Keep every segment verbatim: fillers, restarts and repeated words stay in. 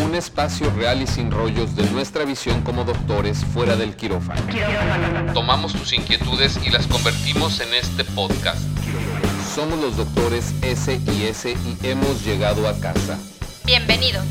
un espacio real y sin rollos de nuestra visión como doctores fuera del quirófano. Tomamos tus inquietudes y las convertimos en este podcast. Somos los doctores S y S y hemos llegado a casa. Bienvenido.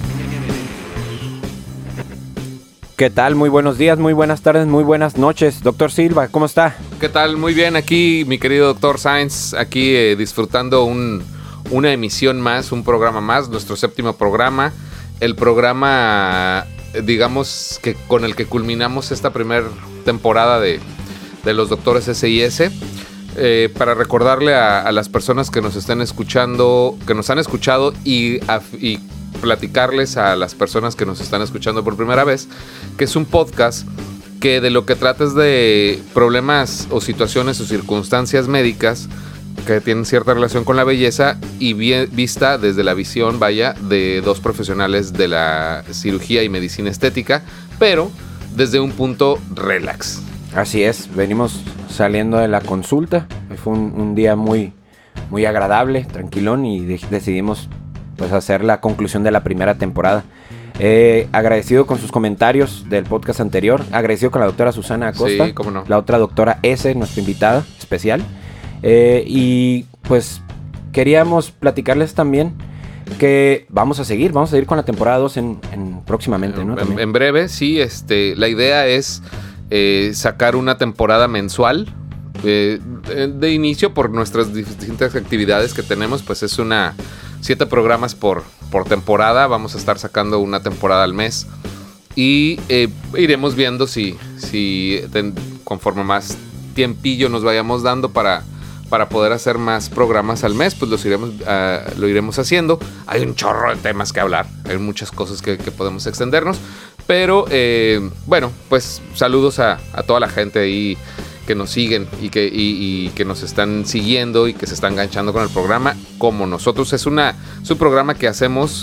¿Qué tal? Muy buenos días, muy buenas tardes, muy buenas noches. Doctor Silva, ¿cómo está? ¿Qué tal? Muy bien, aquí mi querido doctor Sainz, aquí eh, disfrutando un, una emisión más, un programa más, nuestro séptimo programa. El programa, digamos, que con el que culminamos esta primera temporada de, de los doctores S y S. Eh, para recordarle a, a las personas que nos estén escuchando, que nos han escuchado y, a, y platicarles a las personas que nos están escuchando por primera vez, que es un podcast que de lo que trata es de problemas o situaciones o circunstancias médicas que tienen cierta relación con la belleza y bien vista desde la visión, vaya, de dos profesionales de la cirugía y medicina estética, pero desde un punto relax. Así es, venimos saliendo de la consulta, fue un, un día muy, muy agradable, tranquilón, y de- decidimos pues hacer la conclusión de la primera temporada. Eh, agradecido con sus comentarios del podcast anterior, agradecido con la doctora Susana Acosta, Sí, cómo no. la otra doctora S, nuestra invitada especial, eh, y pues queríamos platicarles también que vamos a seguir, vamos a seguir con la temporada dos en, en próximamente, ¿no? En, También. en breve, sí, este, la idea es eh, sacar una temporada mensual. Eh, de inicio, por nuestras distintas actividades que tenemos, pues es una siete programas por, por temporada. Vamos a estar sacando una temporada al mes y eh, iremos viendo si, si ten, conforme más tiempillo nos vayamos dando para, para poder hacer más programas al mes, pues los iremos, uh, lo iremos haciendo. Hay un chorro de temas que hablar, hay muchas cosas que, que podemos extendernos, pero eh, bueno, pues saludos a, a toda la gente ahí que nos siguen y que, y, y que nos están siguiendo y que se están enganchando con el programa como nosotros. Es, una, es un programa que hacemos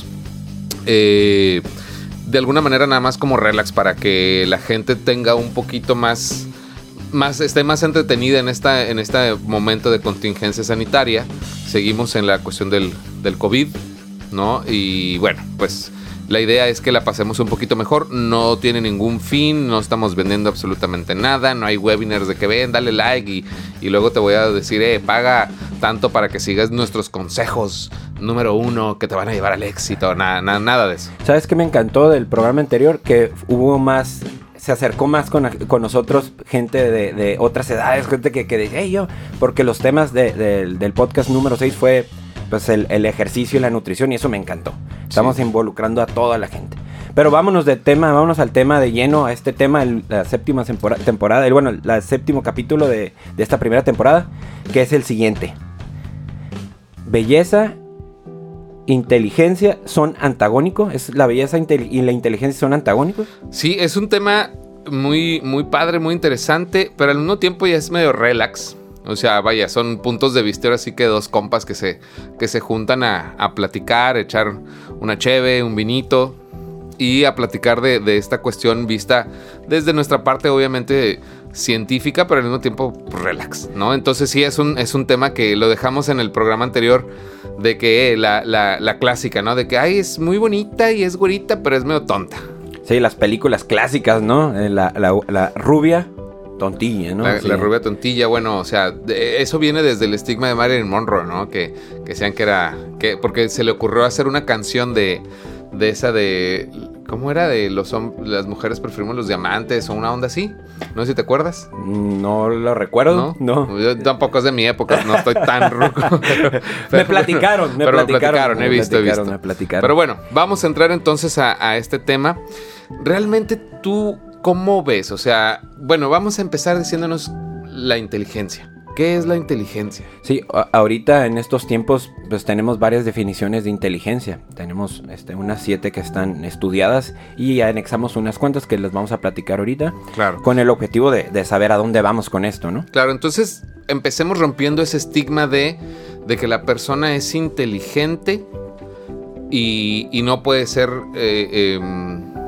eh, de alguna manera nada más como relax, para que la gente tenga un poquito más, más esté más entretenida en, esta, en este momento de contingencia sanitaria. Seguimos en la cuestión del, del COVID, ¿no? Y bueno, pues la idea es que la pasemos un poquito mejor. No tiene ningún fin, no estamos vendiendo absolutamente nada, no hay webinars de que ven, dale like y, y luego te voy a decir, eh, paga tanto para que sigas nuestros consejos número uno que te van a llevar al éxito. Nada, nada, nada de eso. ¿Sabes qué me encantó del programa anterior? Que hubo más, se acercó más con, con nosotros gente de, de otras edades, gente que, que dice, hey, yo, porque los temas de, de, del podcast número seis fue pues el, el ejercicio y la nutrición, y eso me encantó. Estamos sí. involucrando a toda la gente. Pero vámonos de tema, vámonos al tema de lleno, a este tema, el, la séptima tempora, temporada, el, bueno, el séptimo capítulo de, de esta primera temporada, que es el siguiente. Belleza, inteligencia son antagónicos. ¿Es la belleza y la inteligencia son antagónicos? Sí, es un tema muy, muy padre, muy interesante, pero al mismo tiempo ya es medio relax. O sea, vaya, son puntos de vista así que dos compas que se, que se juntan a, a platicar, echar una cheve, un vinito y a platicar de, de esta cuestión vista desde nuestra parte, obviamente científica, pero al mismo tiempo relax, ¿no? Entonces sí, es un, es un tema que lo dejamos en el programa anterior, de que eh, la, la, la clásica, ¿no? De que, ay, es muy bonita y es güerita, pero es medio tonta. Sí, las películas clásicas, ¿no? La, la, la rubia tontilla, ¿no? La, sí. la rubia tontilla, bueno, o sea, de, eso viene desde el estigma de Marilyn Monroe, ¿no? Que, que decían que era, que porque se le ocurrió hacer una canción de, de esa de, ¿cómo era? De los las mujeres preferimos los diamantes o una onda así, no sé si te acuerdas. No lo recuerdo, no. no. Yo tampoco es de mi época, no estoy tan ruco. Pero, me pero, platicaron, me pero platicaron, me platicaron, he me visto, platicaron, he visto. Me platicaron. Pero bueno, vamos a entrar entonces a, a este tema. Realmente tú, ¿cómo ves? O sea, bueno, vamos a empezar diciéndonos la inteligencia. ¿Qué es la inteligencia? Sí, a- ahorita en estos tiempos pues tenemos varias definiciones de inteligencia. Tenemos este, unas siete que están estudiadas y anexamos unas cuantas que les vamos a platicar ahorita. Claro. Con el objetivo de, de saber a dónde vamos con esto, ¿no? Claro, entonces empecemos rompiendo ese estigma de, de que la persona es inteligente y, y no puede ser... Eh, eh,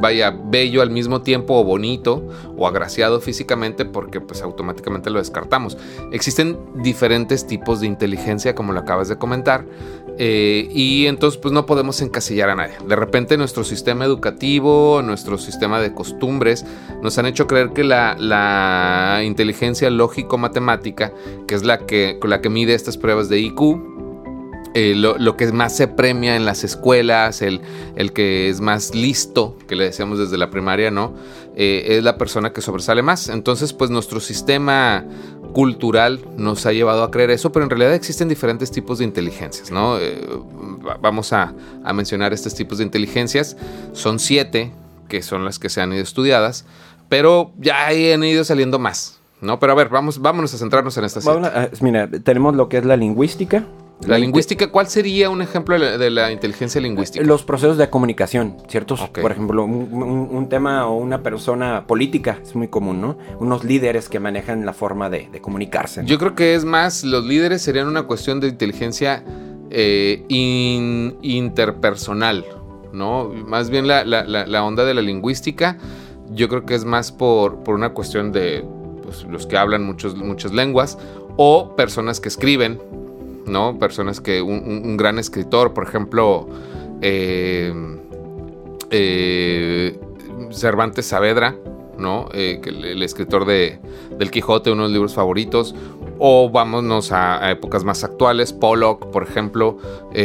vaya, bello al mismo tiempo o bonito o agraciado físicamente, porque pues automáticamente lo descartamos. Existen diferentes tipos de inteligencia, como lo acabas de comentar, eh, y entonces pues no podemos encasillar a nadie. De repente nuestro sistema educativo, nuestro sistema de costumbres nos han hecho creer que la, la inteligencia lógico-matemática, que es la que, la que mide estas pruebas de I Q, Eh, lo, lo que más se premia en las escuelas, el, el que es más listo, que le decíamos desde la primaria, ¿no? Eh, es la persona que sobresale más. Entonces, pues nuestro sistema cultural nos ha llevado a creer eso, pero en realidad existen diferentes tipos de inteligencias, ¿no? Eh, vamos a, a mencionar estos tipos de inteligencias. Son siete, que son las que se han ido estudiadas, pero ya han ido saliendo más, ¿no? Pero a ver, vamos, vámonos a centrarnos en estas siete. Vamos a, mira, tenemos lo que es la lingüística. La lingüística, ¿cuál sería un ejemplo de la, de la inteligencia lingüística? Los procesos de comunicación, ¿ciertos? Okay. Por ejemplo, un, un, un tema o una persona política es muy común, ¿no? Unos líderes que manejan la forma de, de comunicarse, ¿no? Yo creo que es más, los líderes serían una cuestión de inteligencia eh, in, interpersonal, ¿no? Más bien la, la, la, la onda de la lingüística, yo creo que es más por, por una cuestión de pues, los que hablan muchos, muchas lenguas o personas que escriben, ¿no? Personas que un, un gran escritor, por ejemplo, eh, eh, Cervantes Saavedra, ¿no? Eh, que el, el escritor de, del Quijote, uno de los libros favoritos. O vámonos a, a épocas más actuales, Pollock, por ejemplo,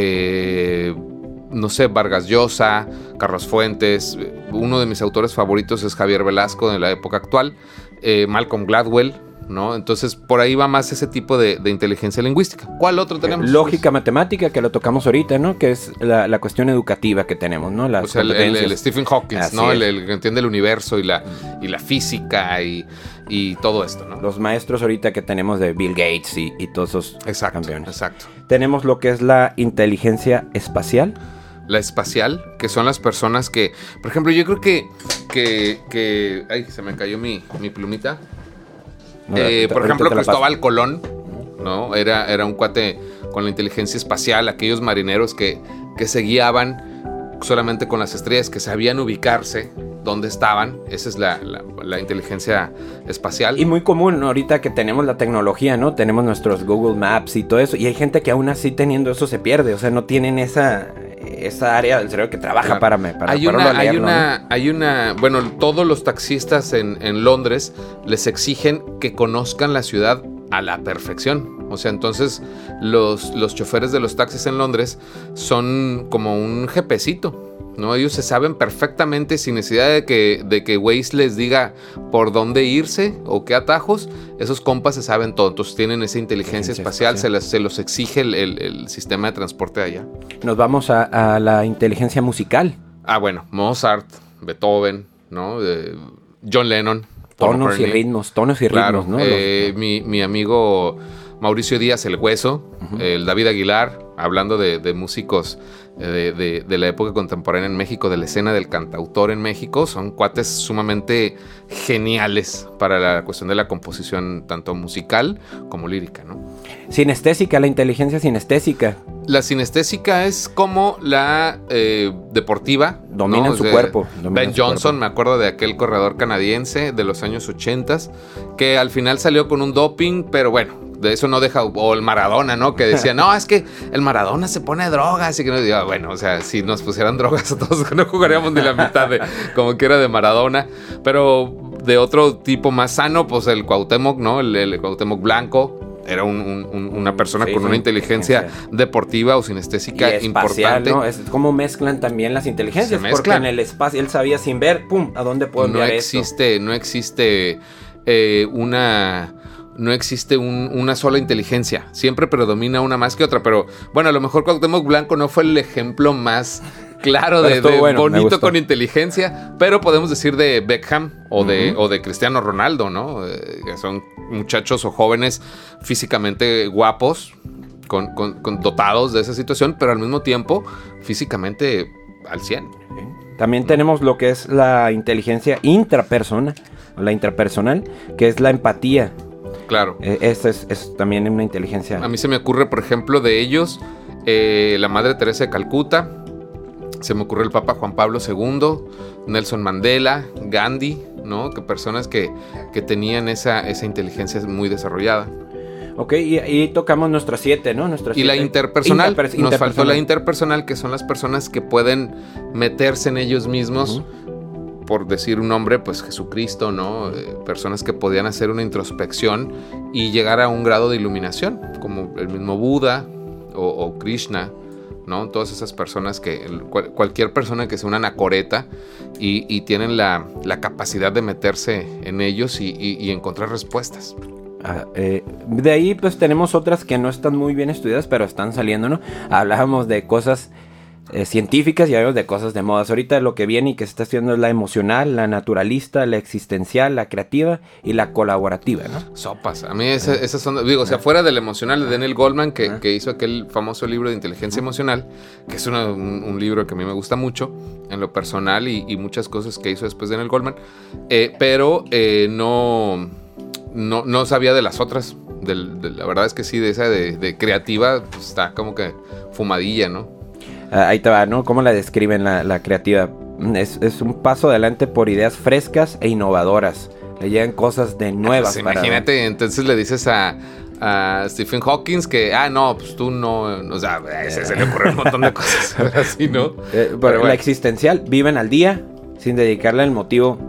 eh, no sé, Vargas Llosa, Carlos Fuentes. Uno de mis autores favoritos es Javier Velasco de la época actual, eh, Malcolm Gladwell, ¿no? Entonces, por ahí va más ese tipo de, de inteligencia lingüística. ¿Cuál otro tenemos? Lógica matemática, que lo tocamos ahorita, ¿no? Que es la, la cuestión educativa que tenemos, ¿no? Las o sea, el, el, el Stephen Hawking, Así ¿no? Es. El, el que entiende el universo y la, y la física y, y todo esto, ¿no? Los maestros ahorita que tenemos de Bill Gates y, y todos esos exacto, campeones. Exacto. Tenemos lo que es la inteligencia espacial. La espacial, que son las personas que... Por ejemplo, yo creo que... que, que ay, se me cayó mi, mi plumita. No, eh, por ejemplo, Cristóbal Colón, ¿no? Era, era un cuate con la inteligencia espacial, aquellos marineros que, que se guiaban solamente con las estrellas, que sabían ubicarse dónde estaban. Esa es la, la, la inteligencia espacial. Y muy común, ¿no? Ahorita que tenemos la tecnología, ¿no? Tenemos nuestros Google Maps y todo eso. Y hay gente que aún así teniendo eso se pierde. O sea, no tienen esa... esa área del cerebro que trabaja claro. para, para, hay para una, leerlo, hay una, ¿no? hay una, bueno, todos los taxistas en, en Londres les exigen que conozcan la ciudad a la perfección. O sea, entonces los, los choferes de los taxis en Londres son como un jepecito, ¿no? Ellos se saben perfectamente sin necesidad de que, de que Waze les diga por dónde irse o qué atajos. Esos compas se saben todo. Entonces tienen esa inteligencia espacial, espacial. Se, les, se los exige el, el, el sistema de transporte de allá. Nos vamos a, a la inteligencia musical. Ah, bueno, Mozart, Beethoven, ¿no? Eh, John Lennon. Tonos y ritmos, tonos y claro, ritmos, ¿no? Eh, los... mi, mi amigo Mauricio Díaz, el Hueso, uh-huh. el David Aguilar, hablando de, de músicos de, de, de la época contemporánea en México, de la escena del cantautor en México, son cuates sumamente geniales para la cuestión de la composición, tanto musical como lírica, ¿no? Sinestésica, la inteligencia sinestésica. La sinestésica es como la eh, deportiva. Dominan ¿no? su de cuerpo. Dominan Ben su Johnson, cuerpo. Me acuerdo de aquel corredor canadiense de los años ochenta, que al final salió con un doping, pero bueno, de eso no deja, o el Maradona, ¿no? Que decía, no, es que el Maradona se pone drogas, y que no diga, bueno, o sea, si nos pusieran drogas a todos no jugaríamos ni la mitad de como que era de Maradona, pero de otro tipo más sano, pues el Cuauhtémoc, ¿no? El, el Cuauhtémoc Blanco. Era un, un, una persona sí, con una inteligencia, inteligencia deportiva o sinestésica y espacial, importante. ¿no? Es como mezclan también las inteligencias, porque en el espacio él sabía sin ver, pum, ¿a dónde puedo enviar no existe, esto? No existe eh, una... No existe un, una sola inteligencia. Siempre predomina una más que otra. Pero bueno, a lo mejor Cuauhtémoc Blanco no fue el ejemplo más claro de, de bueno, bonito con inteligencia. Pero podemos decir de Beckham o de, uh-huh. o de Cristiano Ronaldo, ¿no? Eh, que son muchachos o jóvenes físicamente guapos, con, con, con dotados de esa situación, pero al mismo tiempo físicamente al cien. También tenemos lo que es la inteligencia intrapersonal, la intrapersonal, que es la empatía. Claro. Eh, esta es, es también una inteligencia. A mí se me ocurre, por ejemplo, de ellos, eh, la Madre Teresa de Calcuta, Se me ocurrió el Papa Juan Pablo segundo, Nelson Mandela, Gandhi, ¿no? Que personas que, que tenían esa, esa inteligencia muy desarrollada. Ok, y, y tocamos nuestros siete, ¿no? Nuestros y siete. la interpersonal. Interper- Nos interpersonal. faltó la interpersonal, que son las personas que pueden meterse en ellos mismos. Uh-huh. Por decir un nombre, pues Jesucristo, ¿no? Eh, personas que podían hacer una introspección y llegar a un grado de iluminación, como el mismo Buda o, o Krishna, ¿no? Todas esas personas que, cual, cualquier persona que sea una anacoreta y, y tienen la, la capacidad de meterse en ellos y, y, y encontrar respuestas. Ah, eh, de ahí pues tenemos otras que no están muy bien estudiadas, pero están saliendo, ¿no? Hablábamos de cosas eh, científicas y hablamos de cosas de modas. Ahorita lo que viene y que se está estudiando es la emocional, la naturalista, la existencial, la creativa y la colaborativa, ¿no? Sopas. A mí esa, esas son, digo, o sea, fuera del emocional de Daniel Goleman, que, que hizo aquel famoso libro de inteligencia emocional, que es una, un, un libro que a mí me gusta mucho en lo personal y, y muchas cosas que hizo después Daniel Goleman, eh, pero eh, no, no, no sabía de las otras. Del, de, la verdad es que sí, de esa de, de creativa, pues está como que fumadilla, ¿no? Uh, ahí te va, ¿no? ¿Cómo la describen la, la creativa? Es, es un paso adelante por ideas frescas e innovadoras. Le llegan cosas de nuevas. Pues para... Imagínate, entonces le dices a, a Stephen Hawking que, ah, no, pues tú no, o sea, se, se le ocurre un montón de cosas así, ¿no? Eh, pero Pero la bueno. existencial, viven al día sin dedicarle el motivo,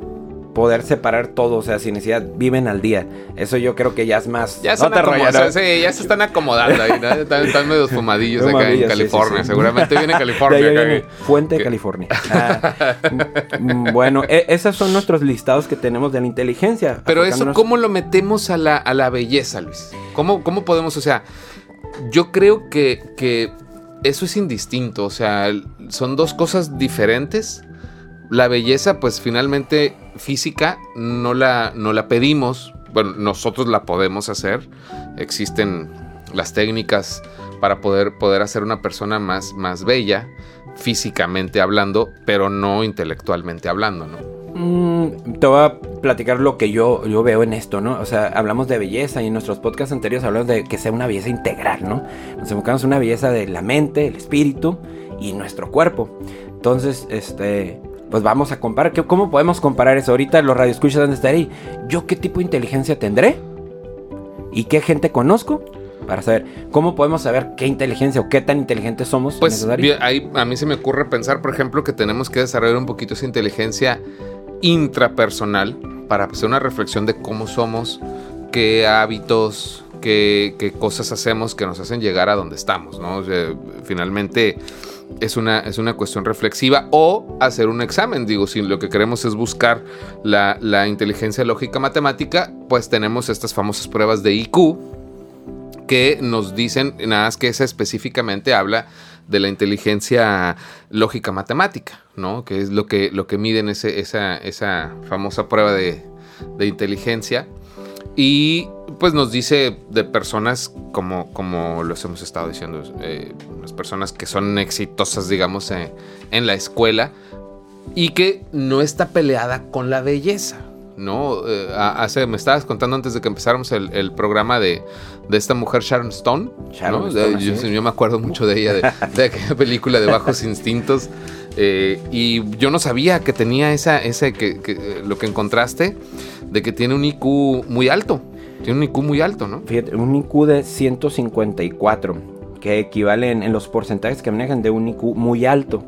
poder separar todo, o sea, sin necesidad, viven al día. Eso yo creo que ya es más... Ya, no te acomoda, rollas, ¿no? Sí, ya se están acomodando ahí, ¿no? Están, están medio fumadillos acá en California. Sí, sí, sí. Seguramente viene California. De ahí acá viene que... Fuente de California. Ah, bueno, e- esos son nuestros listados que tenemos de la inteligencia. Pero eso, ¿cómo lo metemos a la, a la belleza, Luis? ¿Cómo, cómo podemos, o sea, yo creo que, que eso es indistinto, o sea, son dos cosas diferentes. La belleza, pues finalmente física, no la, no la pedimos. Bueno, nosotros la podemos hacer. Existen las técnicas para poder, poder hacer una persona más, más bella, físicamente hablando, pero no intelectualmente hablando, ¿no? Mm, te voy a platicar lo que yo, yo veo en esto, ¿no? O sea, hablamos de belleza y en nuestros podcasts anteriores hablamos de que sea una belleza integral, ¿no? Nos enfocamos en una belleza de la mente, el espíritu y nuestro cuerpo. Entonces, este... pues vamos a comparar. ¿Cómo podemos comparar eso? Ahorita los radioescuchas van a estar ahí. ¿Yo qué tipo de inteligencia tendré? ¿Y qué gente conozco? Para saber, ¿cómo podemos saber qué inteligencia o qué tan inteligentes somos? Pues bien, ahí a mí se me ocurre pensar, por ejemplo, que tenemos que desarrollar un poquito esa inteligencia intrapersonal para hacer una reflexión de cómo somos, qué hábitos, qué, qué cosas hacemos que nos hacen llegar a donde estamos, ¿no? O sea, finalmente... Es una, es una cuestión reflexiva o hacer un examen. Digo, si lo que queremos es buscar la, la inteligencia lógica matemática, pues tenemos estas famosas pruebas de I Q que nos dicen, nada más que esa específicamente habla de la inteligencia lógica matemática, ¿no? Que es lo que, lo que miden ese, esa, esa famosa prueba de, de inteligencia. Y pues nos dice de personas como, como los hemos estado diciendo, eh, las personas que son exitosas, digamos, eh, en la escuela y que no está peleada con la belleza, ¿no? Eh, hace, me estabas contando antes de que empezáramos el, el programa de, de esta mujer Sharon Stone, Sharon ¿no? Stone, de, yo, sí. yo me acuerdo mucho de ella, de, de aquella película de Bajos Instintos. Eh, y yo no sabía que tenía esa, ese que, que, lo que encontraste, de que tiene un I Q muy alto. Tiene un I Q muy alto, ¿no? Fíjate, un I Q de ciento cincuenta y cuatro, que equivale en, en los porcentajes que manejan de un I Q muy alto.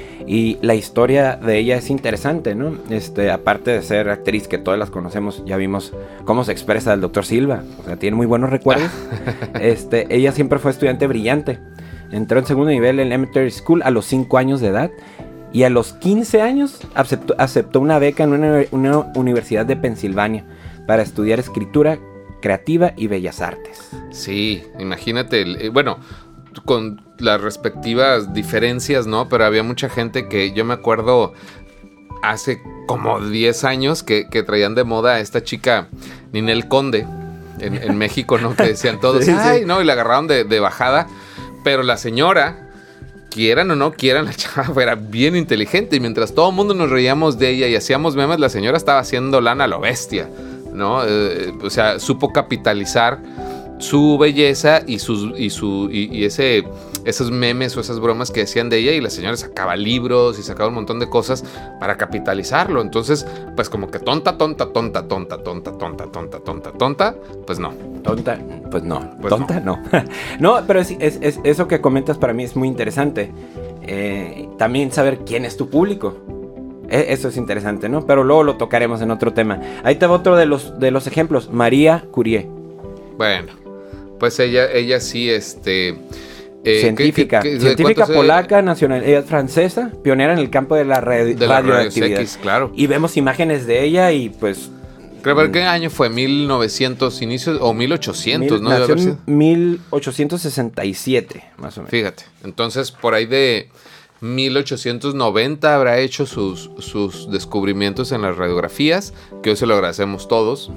Y la historia de ella es interesante, ¿no? Este, aparte de ser actriz, que todas las conocemos, ya vimos cómo se expresa el doctor Silva. O sea, tiene muy buenos recuerdos. este, ella siempre fue estudiante brillante. Entró en segundo nivel en Elementary School a los cinco años de edad. Y a los quince años aceptó, aceptó una beca en una, una universidad de Pensilvania para estudiar escritura creativa y bellas artes. Sí, imagínate, el, bueno, con las respectivas diferencias, ¿no? Pero había mucha gente que yo me acuerdo hace como diez años que, que traían de moda a esta chica Ninel Conde en, en México, ¿no? Que decían todos, sí, ay, sí. No, y la agarraron de, de bajada, pero la señora... Quieran o no quieran, la chava era bien inteligente y mientras todo el mundo nos reíamos de ella y hacíamos memes, la señora estaba haciendo lana a lo bestia, ¿no? Eh, o sea, supo capitalizar su belleza y sus y su y, y ese esos memes o esas bromas que decían de ella, y la señora sacaba libros y sacaba un montón de cosas para capitalizarlo. Entonces, pues como que tonta, tonta, tonta, tonta, tonta, tonta, tonta, tonta, tonta, pues no. Tonta, pues no. Pues tonta, no. No, no pero es, es, es, eso que comentas para mí es muy interesante. Eh, también saber quién es tu público. Eso es interesante, ¿no? Pero luego lo tocaremos en otro tema. Ahí te va otro de los, de los ejemplos. María Curie. Bueno, pues ella, ella sí, este... Eh, científica, ¿qué, qué, científica polaca, nacional, ella es francesa, pionera en el campo de la, red, de la radioactividad. X, claro. Y vemos imágenes de ella y pues... Creo que ¿qué año fue? ¿mil novecientos inicios o mil ochocientos? Mil, ¿no? Nació en mil ochocientos sesenta y siete, más o menos. Fíjate, entonces por ahí de mil ochocientos noventa habrá hecho sus, sus descubrimientos en las radiografías, que hoy se lo agradecemos todos.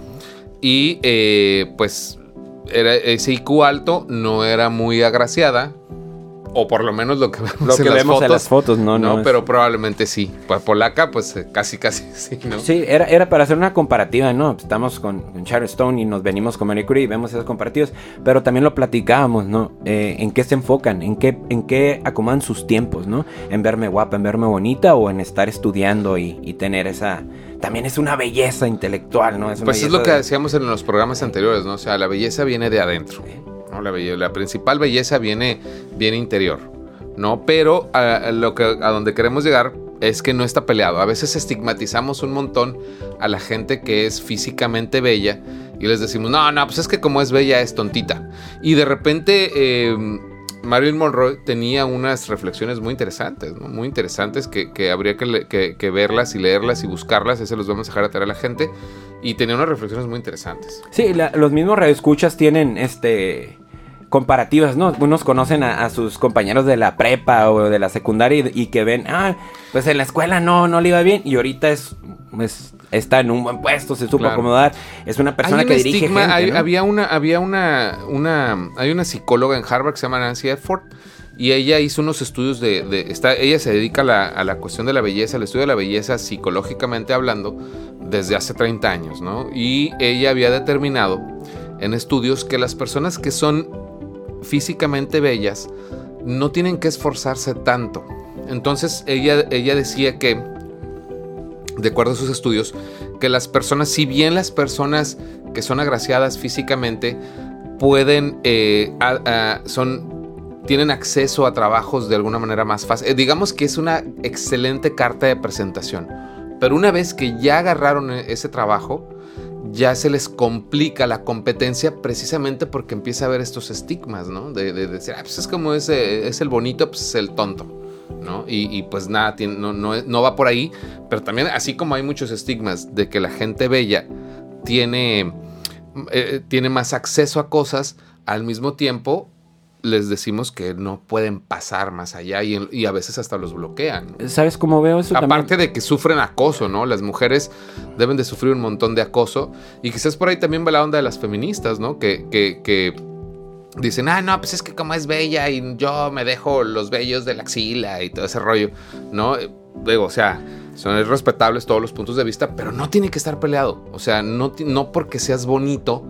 Y eh, pues... Era ese I Q alto, no era muy agraciada, o por lo menos lo que vemos, lo que en, las vemos fotos, en las fotos, no, no, no pero es... probablemente sí. Pues polaca, pues casi, casi sí, ¿no? Sí, era, era para hacer una comparativa, ¿no? Estamos con, con Sharon Stone y nos venimos con Marie Curie y vemos esos comparativos, pero también lo platicábamos, ¿no? Eh, ¿En qué se enfocan? ¿En qué, en qué acomodan sus tiempos, ¿no? ¿En verme guapa, en verme bonita o en estar estudiando y, y tener esa... También es una belleza intelectual, ¿no? Es una pues es lo que de... decíamos en los programas anteriores, ¿no? O sea, la belleza viene de adentro, ¿no? La, belleza, la principal belleza viene, viene interior, ¿no? Pero a, a, lo que, a donde queremos llegar es que no está peleado. A veces estigmatizamos un montón a la gente que es físicamente bella y les decimos, no, no, pues es que como es bella es tontita. Y de repente... Eh, Marilyn Monroe tenía unas reflexiones muy interesantes, ¿no? Muy interesantes que, que habría que, le, que, que verlas y leerlas y buscarlas. Eso los vamos a dejar a traer a la gente. Y tenía unas reflexiones muy interesantes. Sí, la, los mismos radioescuchas tienen este comparativas, ¿no? Unos conocen a, a sus compañeros de la prepa o de la secundaria y, y que ven, ah, pues en la escuela no, no le iba bien y ahorita es, es está en un buen puesto, se supo claro. acomodar, es una persona hay un que dirige estigma, gente, hay, ¿no? Había una, había una, una, hay una psicóloga en Harvard que se llama Nancy Edford y ella hizo unos estudios de, de está, ella se dedica a la, a la cuestión de la belleza, al estudio de la belleza psicológicamente hablando desde hace treinta años, ¿no? Y ella había determinado en estudios que las personas que son físicamente bellas no tienen que esforzarse tanto. Entonces ella, ella decía que, de acuerdo a sus estudios, que las personas, si bien las personas que son agraciadas físicamente pueden, eh, a, a, son, tienen acceso a trabajos de alguna manera más fácil, eh, digamos que es una excelente carta de presentación, pero una vez que ya agarraron ese trabajo, ya se les complica la competencia precisamente porque empieza a haber estos estigmas, ¿no? De, de, de decir, ah, pues es como ese, es el bonito, pues es el tonto, ¿no? Y, y pues nada, tiene, no, no, no va por ahí, pero también así como hay muchos estigmas de que la gente bella tiene, eh, tiene más acceso a cosas, al mismo tiempo les decimos que no pueden pasar más allá y, y a veces hasta los bloquean, ¿no? ¿Sabes cómo veo eso? Aparte también? de que sufren acoso, ¿no? Las mujeres deben de sufrir un montón de acoso y quizás por ahí también va la onda de las feministas, ¿no? Que, que, que dicen, ah, no, pues es que como es bella y yo me dejo los vellos de la axila y todo ese rollo, ¿no? Digo, o sea, son respetables todos los puntos de vista, pero no tiene que estar peleado. O sea, no, no porque seas bonito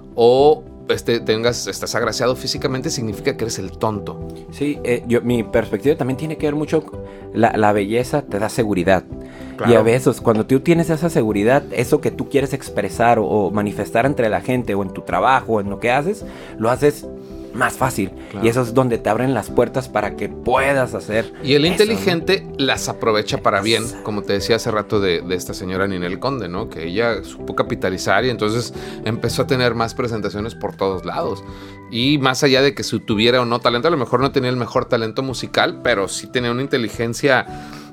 o este, tengas, estás agraciado físicamente significa que eres el tonto. Sí, eh, yo, mi perspectiva también tiene que ver mucho, la, la belleza te da seguridad. Claro. Y a veces cuando tú tienes esa seguridad, eso que tú quieres expresar o, o manifestar entre la gente o en tu trabajo o en lo que haces, lo haces más fácil. Claro. Y eso es donde te abren las puertas para que puedas hacer. Y el eso, inteligente, ¿no?, las aprovecha para bien, Exacto. como te decía hace rato de, de esta señora Ninel Conde, ¿no? Que ella supo capitalizar y entonces empezó a tener más presentaciones por todos lados. Y más allá de que si tuviera o no talento, a lo mejor no tenía el mejor talento musical, pero sí tenía una inteligencia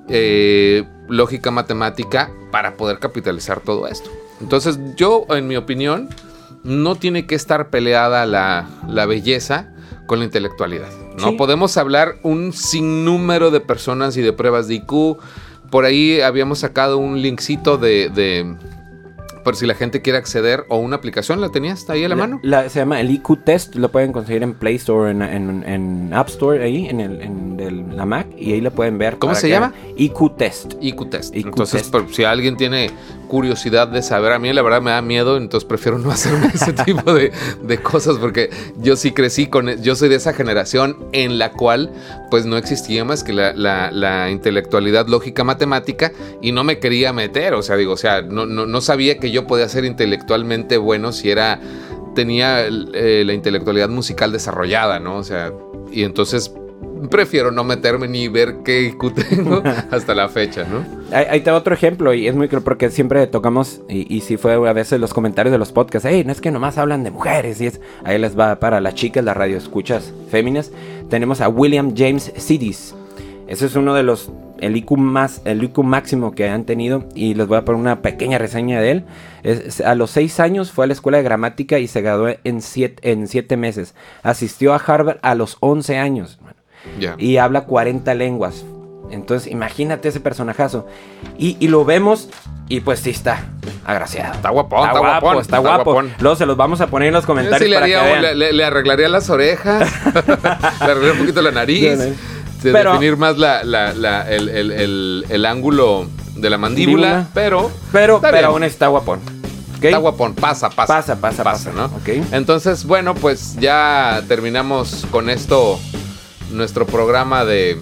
eh, lógica, matemática para poder capitalizar todo esto. Entonces yo, en mi opinión, no tiene que estar peleada la, la belleza con la intelectualidad, ¿no? Sí. Podemos hablar un sinnúmero de personas y de pruebas de I Q. Por ahí habíamos sacado un linkcito de, de por si la gente quiere acceder, o una aplicación, ¿la tenías ahí a la, la mano? La, se llama el I Q Test, lo pueden conseguir en Play Store, en, en, en App Store, ahí, en, el, en el, la Mac, y ahí la pueden ver. ¿Cómo se llama? I Q Test. I Q Test. I Q entonces, test. Por, si alguien tiene curiosidad de saber, a mí la verdad me da miedo, entonces prefiero no hacerme ese tipo de, de cosas, porque yo sí crecí con, yo soy de esa generación en la cual pues no existía más que la, la, la intelectualidad lógica matemática, y no me quería meter, o sea, digo, o sea, no, no, no sabía que yo podía ser intelectualmente bueno si era, tenía eh, la intelectualidad musical desarrollada, ¿no? O sea, y entonces prefiero no meterme ni ver qué I Q tengo hasta la fecha, ¿no? Ahí, ahí te va otro ejemplo, y es muy claro porque siempre tocamos, y, y sí fue a veces los comentarios de los podcasts, hey, no es que nomás hablan de mujeres, y es, ahí les va para las chicas, las radioescuchas féminas. Tenemos a William James Sidis. Ese es uno de los, el I Q más, el I Q máximo que han tenido, y les voy a poner una pequeña reseña de él. Es, es, a los seis años fue a la escuela de gramática y se graduó en siete, en siete meses. Asistió a Harvard a los once años. Yeah. Y habla cuarenta lenguas. Entonces, imagínate ese personajazo. Y, y lo vemos, y pues sí está agraciado. Está guapón, está, está guapo, guapón. Está, está guapo. Guapón. Luego se los vamos a poner en los comentarios. Sí, le, para haría, que vean. Le, le, le arreglaría las orejas, le arreglaría un poquito la nariz, de pero, definir más la, la, la, el, el, el, el ángulo de la mandíbula, mandíbula. pero... Pero, pero aún está guapón. ¿Okay? Está guapón, pasa, pasa. Pasa, pasa, pasa, ¿no? Okay. Entonces, bueno, pues ya terminamos con esto nuestro programa de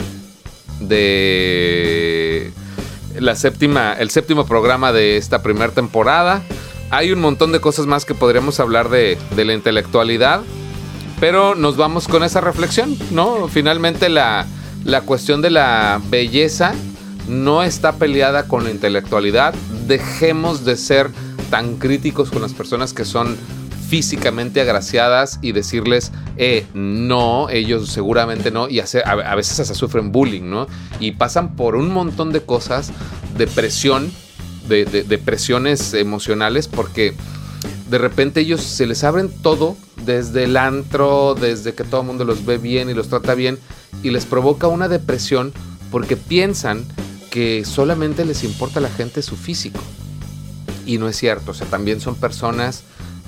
de la séptima, el séptimo programa de esta primera temporada. Hay un montón de cosas más que podríamos hablar de, de la intelectualidad, pero nos vamos con esa reflexión, ¿no? Finalmente la, la cuestión de la belleza no está peleada con la intelectualidad. Dejemos de ser tan críticos con las personas que son físicamente agraciadas y decirles, eh, no, ellos seguramente no, y hace, a, a veces hasta sufren bullying, ¿no? Y pasan por un montón de cosas, de presión, de, de, de presiones emocionales, porque de repente ellos se les abren todo, desde el antro, desde que todo el mundo los ve bien y los trata bien, y les provoca una depresión porque piensan que solamente les importa a la gente su físico. Y no es cierto, o sea, también son personas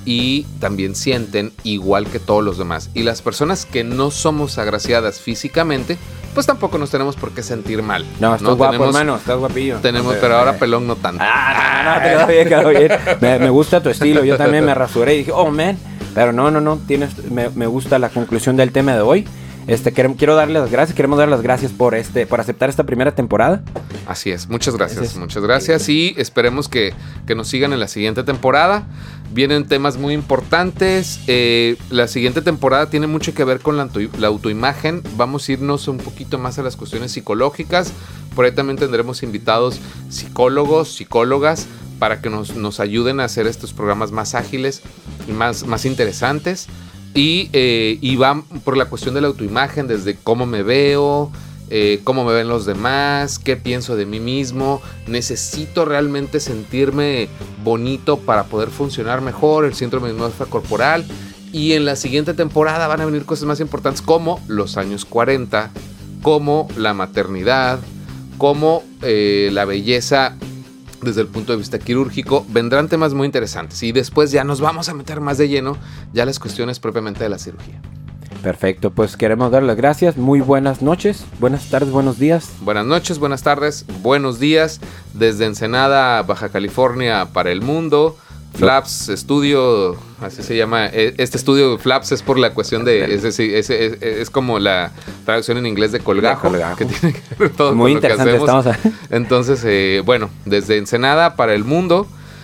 y también sienten igual que todos los demás. Y las personas que no somos agraciadas físicamente, pues tampoco nos tenemos por qué sentir mal. No, estás ¿no? guapo, tenemos, hermano, estás guapillo. Tenemos, pero ahora pelón no tanto. Ah, no, no, te quedó bien, quedó bien. Me, me gusta tu estilo, yo también me rasuré y dije, oh, man. Pero no, no, no, tienes, me, me gusta la conclusión del tema de hoy. Este, quiero, quiero darle las gracias, queremos dar las gracias por este, por aceptar esta primera temporada. Así es, muchas gracias, es, muchas gracias y esperemos que, que nos sigan en la siguiente temporada. Vienen temas muy importantes. Eh, la siguiente temporada tiene mucho que ver con la, la autoimagen. Vamos a irnos un poquito más a las cuestiones psicológicas. Por ahí también tendremos invitados psicólogos, psicólogas, para que nos, nos ayuden a hacer estos programas más ágiles y más, más interesantes. Y, eh, y van por la cuestión de la autoimagen, desde cómo me veo, eh, cómo me ven los demás, qué pienso de mí mismo. Necesito realmente sentirme bonito para poder funcionar mejor, el síndrome de atmósfera corporal. Y en la siguiente temporada van a venir cosas más importantes como los años cuarenta, como la maternidad, como eh, la belleza desde el punto de vista quirúrgico. Vendrán temas muy interesantes y después ya nos vamos a meter más de lleno ya las cuestiones propiamente de la cirugía. Perfecto, pues queremos dar las gracias. Muy buenas noches, buenas tardes, buenos días. Buenas noches, buenas tardes, buenos días desde Ensenada, Baja California para el mundo. Flaps Studio, así se llama. Este estudio Flaps es por la cuestión de... Es, decir, es, es, es como la traducción en inglés de colgajo, colgajo. Que tiene que ver todo muy con lo interesante, que hacemos. Estamos a... Entonces, eh, bueno, desde Ensenada para el mundo.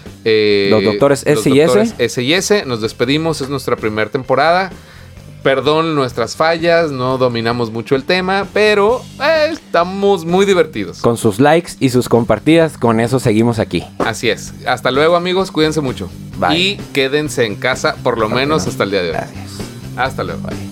Eh, los doctores S y S. S y S, nos despedimos, es nuestra primera temporada. Perdón nuestras fallas, no dominamos mucho el tema, pero eh, estamos muy divertidos. Con sus likes y sus compartidas, con eso seguimos aquí. Así es. Hasta luego, amigos, cuídense mucho. Bye. Y quédense en casa, por lo menos hasta el día de hoy. Gracias. Hasta luego. Bye.